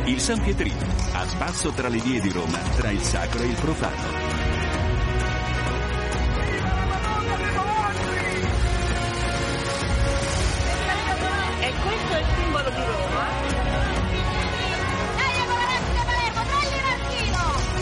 Il San Pietrino, a spasso tra le vie di Roma, tra il sacro e il profano. E questo è il simbolo di Roma. Dai, Paparazzi da Palermo, togli Martino!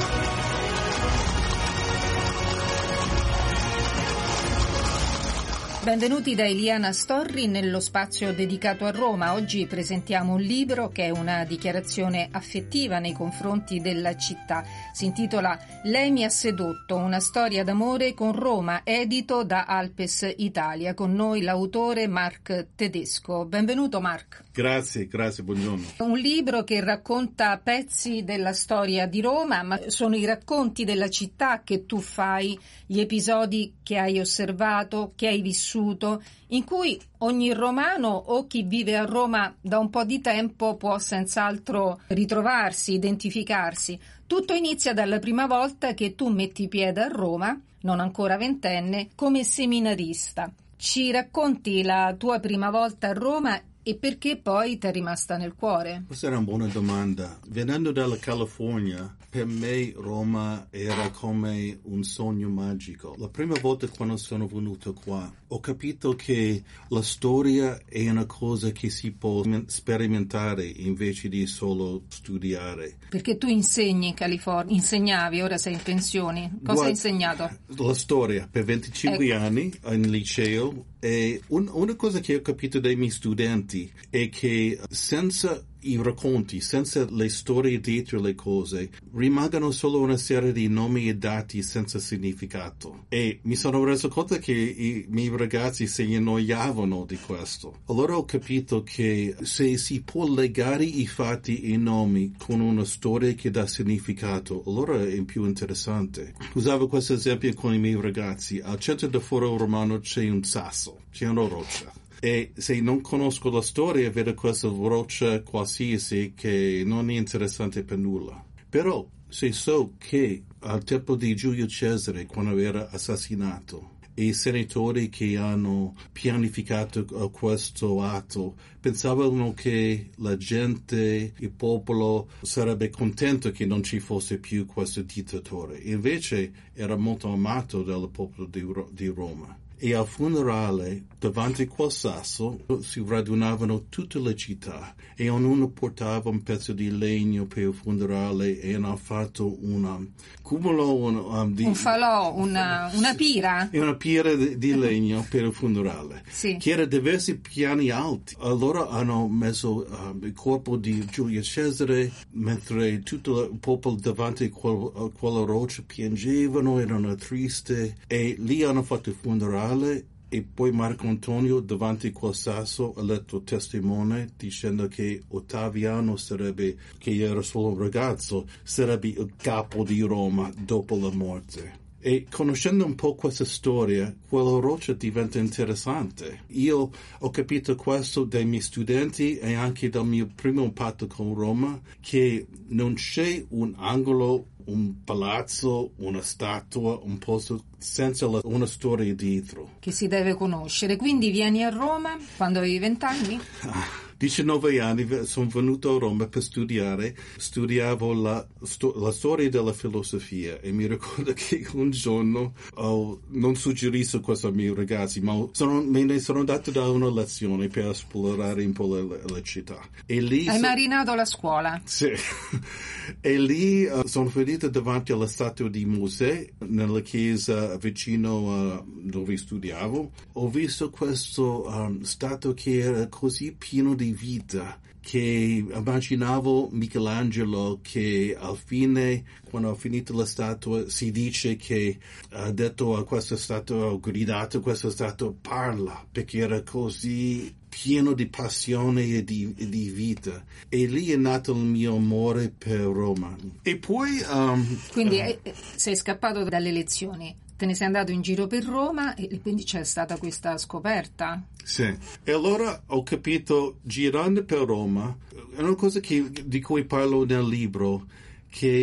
Benvenuti da Eliana Storri nello spazio dedicato a Roma. Oggi presentiamo un libro che è una dichiarazione affettiva nei confronti della città. Si intitola Lei mi ha sedotto, una storia d'amore con Roma, edito da Alpes Italia. Con noi l'autore Marc Tedesco. Benvenuto Marc. Grazie, buongiorno. Un libro che racconta pezzi della storia di Roma, ma sono i racconti della città che tu fai, gli episodi che hai osservato, che hai vissuto, in cui ogni romano o chi vive a Roma da un po' di tempo può senz'altro ritrovarsi, identificarsi. Tutto inizia dalla prima volta che tu metti piede a Roma, non ancora ventenne, come seminarista. Ci racconti la tua prima volta a Roma e perché poi ti è rimasta nel cuore? Questa è una buona domanda. Venendo dalla California, per me Roma era come un sogno magico. La prima volta quando sono venuto qua, ho capito che la storia è una cosa che si può sperimentare invece di solo studiare. Perché tu insegni in California, insegnavi, ora sei in pensione. Cosa hai insegnato? La storia, per 25 anni in liceo. E una cosa che ho capito dai miei studenti è che senza i racconti, senza le storie dietro le cose, rimangono solo una serie di nomi e dati senza significato. E mi sono reso conto che i miei ragazzi si annoiavano di questo. Allora ho capito che se si può legare i fatti e i nomi con una storia che dà significato, allora è più interessante. Usavo questo esempio con i miei ragazzi. Al centro del Foro Romano c'è un sasso, c'è una roccia. E se non conosco la storia, vedo questa roccia qualsiasi che non è interessante per nulla. Però se so che al tempo di Giulio Cesare, quando era assassinato, e i senatori che hanno pianificato questo atto pensavano che la gente, il popolo sarebbe contento che non ci fosse più questo dittatore. Invece era molto amato dal popolo di Roma. E al funerale, davanti a quel sasso, si radunavano tutte le città e ognuno portava un pezzo di legno per il funerale e hanno fatto un cumulo, un falò, una pira. E una pira di legno per il funerale, sì. Che era diversi piani alti. Allora hanno messo il corpo di Giulio Cesare, mentre tutto il popolo davanti a quella roccia piangevano, erano tristi, e lì hanno fatto il funerale. E poi Marco Antonio davanti a quel sasso ha letto testimone dicendo che Ottaviano che era solo un ragazzo, sarebbe il capo di Roma dopo la morte. E conoscendo un po' questa storia, quella roccia diventa interessante. Io ho capito questo dai miei studenti e anche dal mio primo impatto con Roma, che non c'è un angolo, un palazzo, una statua, un posto senza una storia dietro. Che si deve conoscere. Quindi vieni a Roma quando avevi 20 anni? 19 anni sono venuto a Roma per studiare. Studiavo la storia della filosofia e mi ricordo che un giorno non suggerisco questo ai miei ragazzi, ma me ne sono andato da una lezione per esplorare un po' la città. E lì hai marinato la scuola? Sì. E lì sono finito davanti alla statua di Mosè nella chiesa vicino a dove studiavo. Ho visto questo statua che era così pieno di vita che immaginavo Michelangelo che al fine, quando ha finito la statua, si dice che ha detto a questa statua, ha gridato a questa statua, parla, perché era così pieno di passione e di vita. E lì è nato il mio amore per Roma. E poi quindi sei scappato dalle lezioni, te ne sei andato in giro per Roma e quindi c'è stata questa scoperta. Sì, e allora ho capito, girando per Roma, è una cosa di cui parlo nel libro, che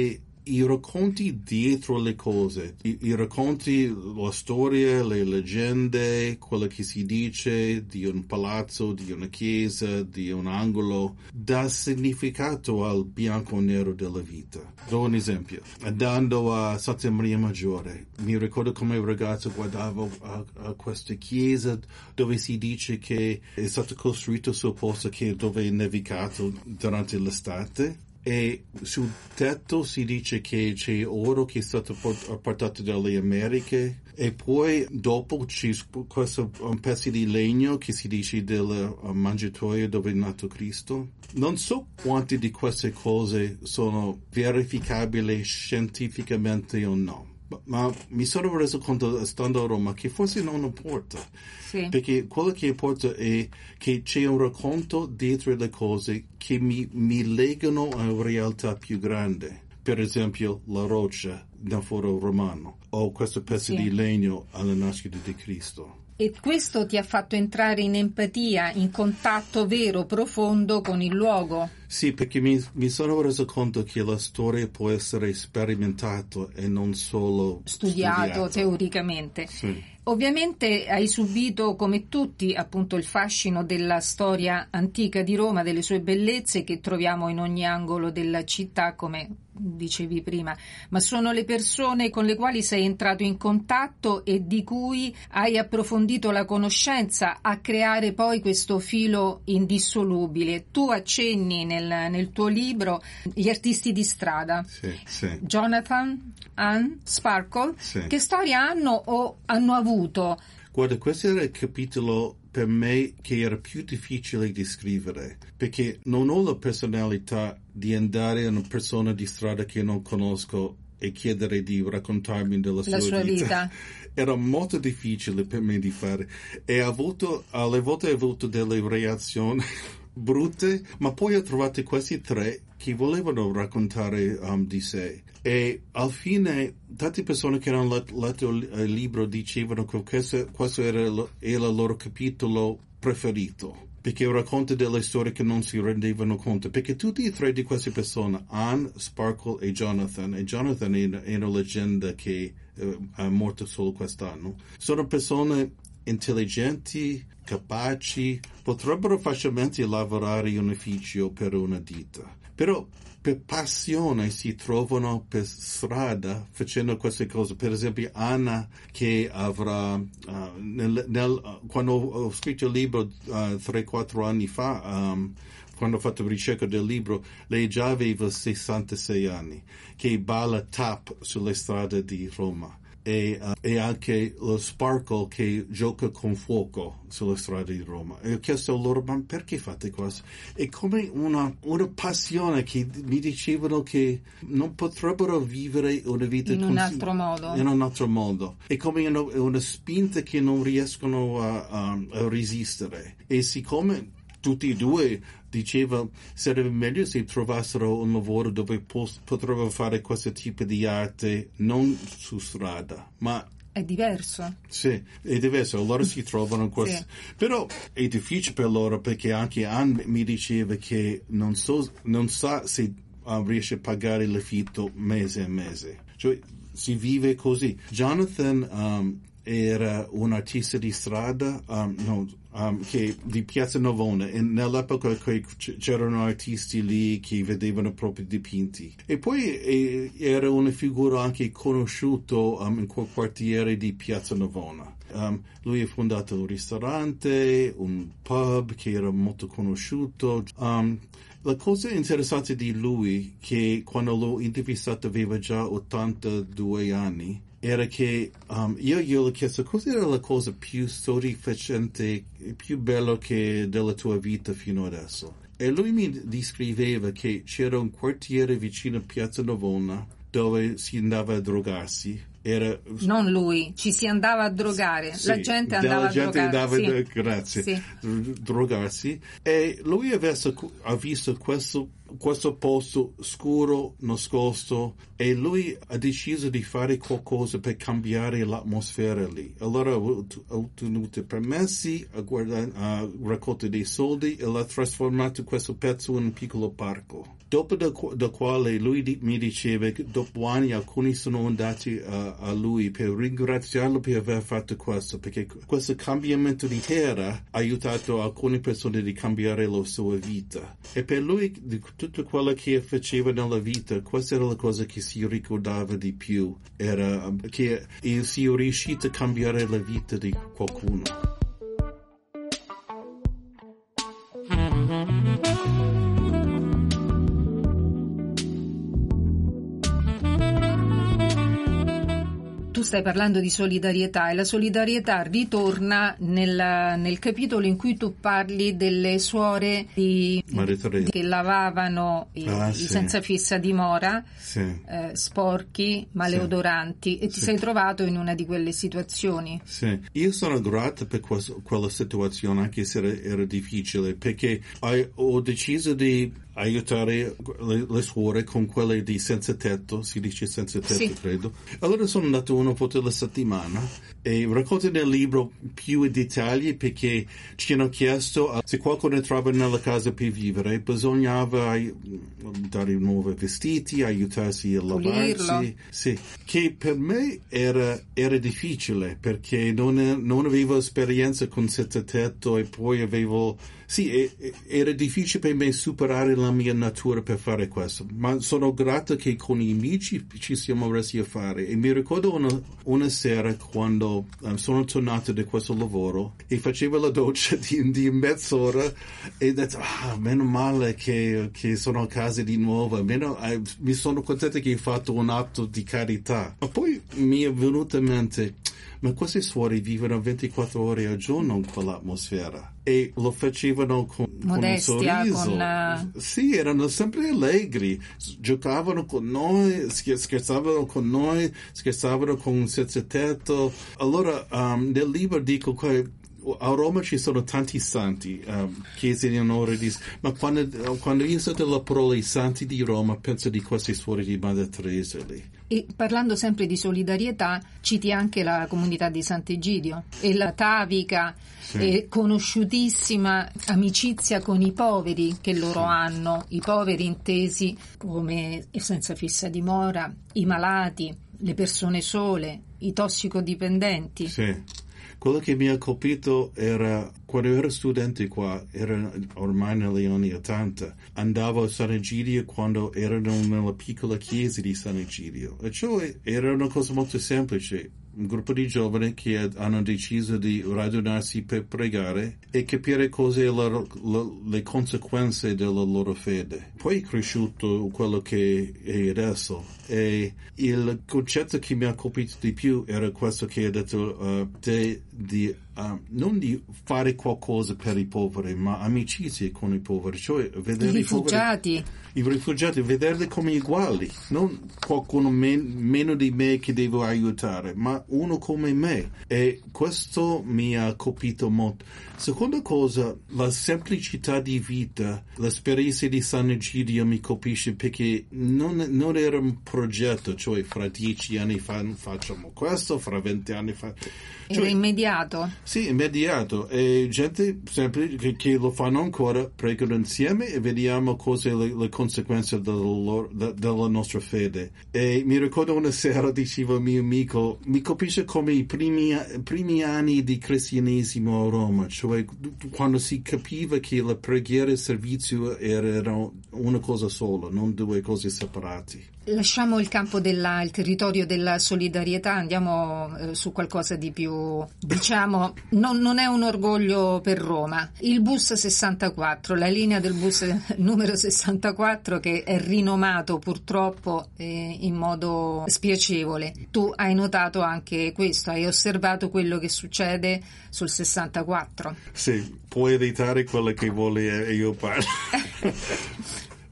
i racconti dietro le cose, i racconti, la storia, le leggende, quello che si dice di un palazzo, di una chiesa, di un angolo, dà significato al bianco e nero della vita. Do un esempio. Andando a Santa Maria Maggiore, mi ricordo come ragazzo guardavo a questa chiesa dove si dice che è stato costruito sul posto dove è nevicato durante l'estate. E sul tetto si dice che c'è oro che è stato portato dalle Americhe, e poi dopo c'è questo pezzo di legno che si dice del mangiatoio dove è nato Cristo. Non so quante di queste cose sono verificabili scientificamente o no, ma mi sono reso conto, stando a Roma, che forse non importa. Sì. Perché quello che importa è che c'è un racconto dietro le cose che mi legano a una realtà più grande. Per esempio, la roccia nel foro romano, o questo pezzo di legno alla nascita di Cristo. E questo ti ha fatto entrare in empatia, in contatto vero, profondo con il luogo? Sì, perché mi sono reso conto che la storia può essere sperimentata e non solo studiato teoricamente. Sì. Ovviamente hai subito, come tutti, appunto il fascino della storia antica di Roma, delle sue bellezze che troviamo in ogni angolo della città, come dicevi prima, ma sono le persone con le quali sei entrato in contatto e di cui hai approfondito la conoscenza a creare poi questo filo indissolubile. Tu accenni nel tuo libro gli artisti di strada, sì. Jonathan, Anne, Sparkle, sì. Che storia hanno o hanno avuto? Guarda, questo era il capitolo per me che era più difficile di scrivere, perché non ho la personalità di andare a una persona di strada che non conosco e chiedere di raccontarmi della sua vita. Era molto difficile per me di fare, e alle volte ho avuto delle reazioni brutte, ma poi ho trovato questi tre che volevano raccontare di sé. E alla fine tante persone che hanno letto il libro dicevano che questo era il loro capitolo preferito, perché racconta delle storie che non si rendevano conto, perché tutti e tre di queste persone, Anne, Sparkle e Jonathan è una leggenda che è morta solo quest'anno, sono persone intelligenti, capaci, potrebbero facilmente lavorare in un ufficio per una ditta, però per passione si trovano per strada facendo queste cose. Per esempio Anna, che avrà quando ho scritto il libro 3-4 anni fa, quando ho fatto ricerca del libro, lei già aveva 66 anni, che balla tap sulle strade di Roma. E anche lo Sparkle che gioca con fuoco sulle strade di Roma. E ho chiesto a loro, ma perché fate questo? È come una passione che mi dicevano che non potrebbero vivere una vita in un altro modo. È come una spinta che non riescono a resistere. E siccome tutti e due diceva sarebbe meglio se trovassero un lavoro dove potrebbero fare questo tipo di arte non su strada, ma è diverso. Sì, è diverso, loro si trovano questo. Sì. Però è difficile per loro, perché anche Anne mi diceva che non sa se riesce a pagare l'affitto mese a mese, cioè si vive così. Jonathan era un artista di strada, che di Piazza Navona, e nell'epoca c'erano artisti lì che vedevano proprio dipinti. E poi era una figura anche conosciuto in quel quartiere di Piazza Navona. Lui ha fondato un ristorante, un pub che era molto conosciuto. La cosa interessante di lui, che quando l'ho intervistato aveva già 82 anni, era che io gli ho chiesto cosa era la cosa più soddisfacente, più bella della tua vita fino adesso. E lui mi descriveva che c'era un quartiere vicino a Piazza Navona dove si andava a drogarsi, Non lui, ci si andava a drogare, sì, la gente andava a drogarsi. Grazie, sì. Drogarsi, e lui ha visto questo posto scuro, nascosto, e lui ha deciso di fare qualcosa per cambiare l'atmosfera lì. Allora ha ottenuto permessi, ha raccolto dei soldi e l'ha trasformato questo pezzo in un piccolo parco. Dopo da quale lui mi diceva che dopo anni alcuni sono andati a lui per ringraziarlo per aver fatto questo, perché questo cambiamento di terra ha aiutato alcune persone di cambiare la sua vita. E per lui, di tutto quello che faceva nella vita, questa era la cosa che si ricordava di più, era che si è riuscito a cambiare la vita di qualcuno. Tu stai parlando di solidarietà, e la solidarietà ritorna nel capitolo in cui tu parli delle suore che lavavano i senza fissa dimora, sporchi, maleodoranti, e ti sei trovato in una di quelle situazioni. Sì, io sono grato per quella situazione, anche se era difficile, perché ho deciso di aiutare le suore con quelle di senza tetto, si dice senza tetto, credo. Allora sono andato una volta alla settimana e racconto nel libro più dettagli, perché ci hanno chiesto se qualcuno entrava nella casa per vivere, bisognava dare nuovi vestiti, aiutarsi a lavarsi. Sì, che per me era difficile, perché non avevo esperienza con senza tetto, e poi era difficile per me superare la mia natura per fare questo, ma sono grato che con gli amici ci siamo riusciti a fare. E mi ricordo una sera quando sono tornato da questo lavoro e facevo la doccia di mezz'ora, e ho detto, meno male che sono a casa di nuovo, mi sono contento che hai fatto un atto di carità. Ma poi mi è venuto in mente, ma queste suore vivono 24 ore al giorno in quell'atmosfera, e lo facevano con modestia, un sorriso. Sì, erano sempre allegri, giocavano con noi, scherzavano con noi, scherzavano con un senza tetto. Allora nel libro dico che a Roma ci sono tanti santi, chiese in onore di... Ma quando io sento la parola i santi di Roma, penso di queste suore di Madre Teresa lì. E parlando sempre di solidarietà, citi anche la comunità di Sant'Egidio e la atavica e conosciutissima amicizia con i poveri che loro hanno, i poveri intesi come senza fissa dimora, i malati, le persone sole, i tossicodipendenti. Sì. Quello che mi ha colpito era, quando ero studente qua, era ormai negli anni 80, andavo a San Egidio quando erano nella piccola chiesa di San Egidio. E cioè era una cosa molto semplice. Un gruppo di giovani che hanno deciso di radunarsi per pregare e capire cos'è le conseguenze della loro fede. Poi è cresciuto quello che è adesso, e il concetto che mi ha colpito di più era questo che ha detto non di fare qualcosa per i poveri, ma amicizie con i poveri, cioè vedere i rifugiati, vederli come uguali, non qualcuno meno di me che devo aiutare, ma uno come me. E questo mi ha colpito molto. Seconda cosa, la semplicità di vita, l'esperienza di San Egidio mi colpisce, perché non era un progetto, cioè fra 10 anni facciamo questo, fra 20 anni era immediato. Sì, immediato. E gente sempre che lo fanno ancora, pregano insieme e vediamo cose le conseguenze della nostra fede. E mi ricordo una sera, diceva il mio amico, mi colpisce come i primi anni di cristianesimo a Roma, cioè quando si capiva che la preghiera e il servizio erano una cosa sola, non due cose separate. Lasciamo il campo il territorio della solidarietà, andiamo su qualcosa di più, diciamo, non è un orgoglio per Roma. Il bus 64, la linea del bus numero 64, che è rinomato purtroppo in modo spiacevole. Tu hai notato anche questo, hai osservato quello che succede sul 64. Sì, puoi editare quello che vuoi e io parlo.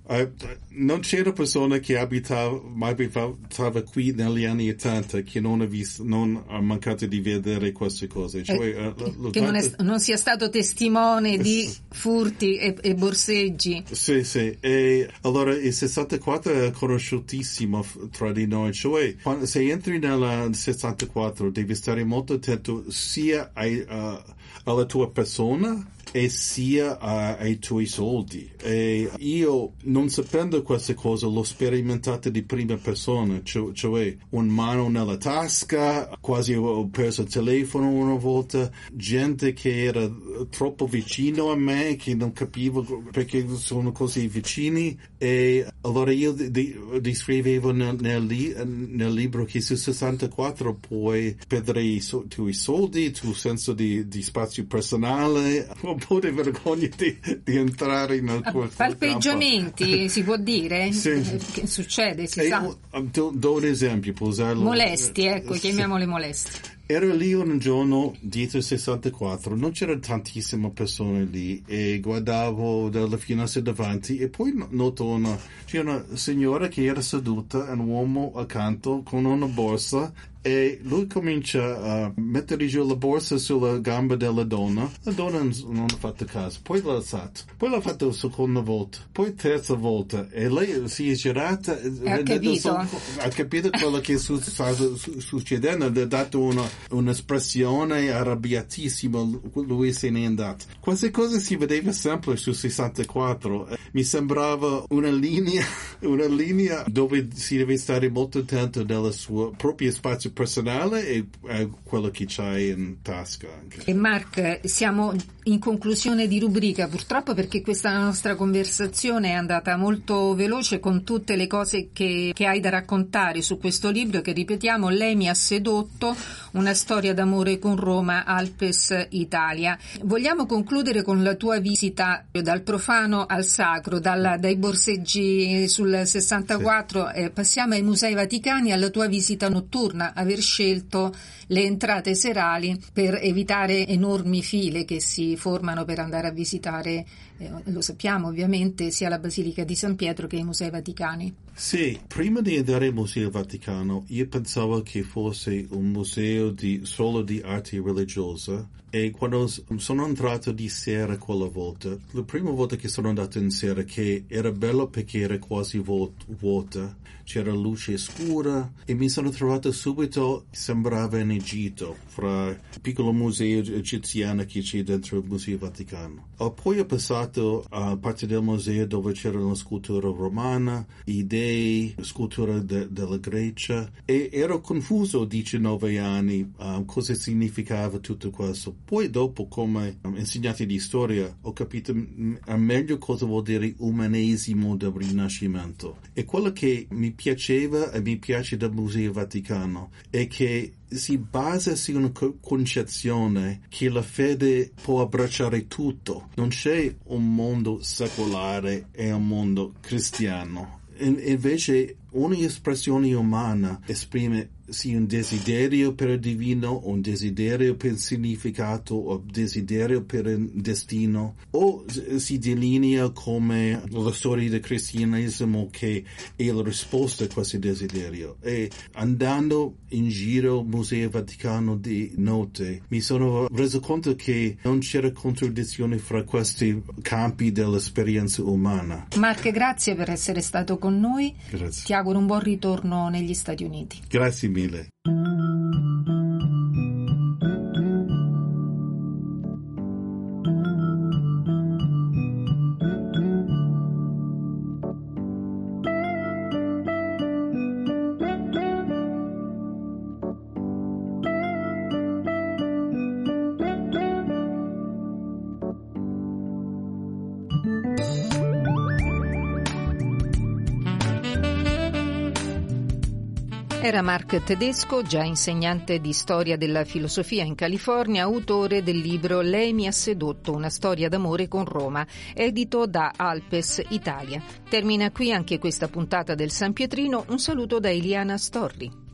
Non c'era persona che abitava qui negli anni 80 che non ha mancato di vedere queste cose. Cioè, che non sia stato testimone di furti e borseggi. Sì. E allora il 64 è conosciutissimo tra di noi. Cioè, se entri nel 64 devi stare molto attento sia alla tua persona e sia ai tuoi soldi. E io, non sapendo queste cose, l'ho sperimentate di prima persona, cioè un mano nella tasca, quasi ho perso il telefono una volta, gente che era troppo vicino a me, che non capivo perché sono così vicini, e allora io descrivevo nel libro che su 64 puoi perdere i tuoi soldi, il tuo senso di spazio personale, un po' di vergogna di entrare nel tuo palpeggiamenti, si può dire? Sì. Che succede, si sa. Do un esempio per usarlo. Molestie, chiamiamole molestie. Ero lì un giorno dietro il 64, non c'erano tantissime persone lì e guardavo dalla finestra davanti e poi noto c'era una signora che era seduta e un uomo accanto con una borsa e lui comincia a mettere giù la borsa sulla gamba della donna. La donna non ha fatto caso, poi l'ha alzato, poi l'ha fatto la seconda volta, poi terza volta e lei si è girata e ha capito quello che sta succedendo, ha dato un'espressione arrabbiatissima, lui se n'è andato. Queste cose si vedeva sempre su 64, mi sembrava una linea dove si deve stare molto attento nel suo proprio spazio personale e quello che c'hai in tasca anche. E Mark, siamo in conclusione di rubrica purtroppo, perché questa nostra conversazione è andata molto veloce con tutte le cose che hai da raccontare su questo libro che, ripetiamo, Lei mi ha sedotto, una storia d'amore con Roma, Alpes Italia. Vogliamo concludere con la tua visita dal profano al sacro, dai borseggi sul 64, passiamo ai Musei Vaticani, alla tua visita notturna, aver scelto le entrate serali per evitare enormi file che si formano per andare a visitare, lo sappiamo ovviamente, sia la Basilica di San Pietro che i Musei Vaticani. Sì, prima di andare al Museo Vaticano io pensavo che fosse un museo solo di arte religiosa, e quando sono entrato di sera quella volta, la prima volta che sono andato in sera, che era bello perché era quasi vuota, c'era luce scura e mi sono trovato subito, sembrava in Egitto, fra il piccolo museo egiziano che c'è dentro il Museo Vaticano. Poi ho passato a parte del museo dove c'era una scultura romana, i dei, scultura della Grecia, e ero confuso a 19 anni cosa significava tutto questo. Poi dopo, come insegnante di storia, ho capito meglio cosa vuol dire umanesimo del Rinascimento. E quello che mi piaceva e mi piace del Museo Vaticano è che si basa su una concezione che la fede può abbracciare tutto. Non c'è un mondo secolare e un mondo cristiano. Invece ogni espressione umana esprime sia un desiderio per il divino, un desiderio per il significato, o desiderio per il destino, o si delinea come la storia del cristianesimo che è la risposta a questo desiderio. E andando in giro al Museo Vaticano di notte mi sono reso conto che non c'era contraddizione fra questi campi dell'esperienza umana. Mark, grazie per essere stato con noi. Grazie. Ti auguro un buon ritorno negli Stati Uniti. Grazie mille. Era Mark Tedesco, già insegnante di storia della filosofia in California, autore del libro Lei mi ha sedotto, una storia d'amore con Roma, edito da Alpes Italia. Termina qui anche questa puntata del San Pietrino. Un saluto da Eliana Storri.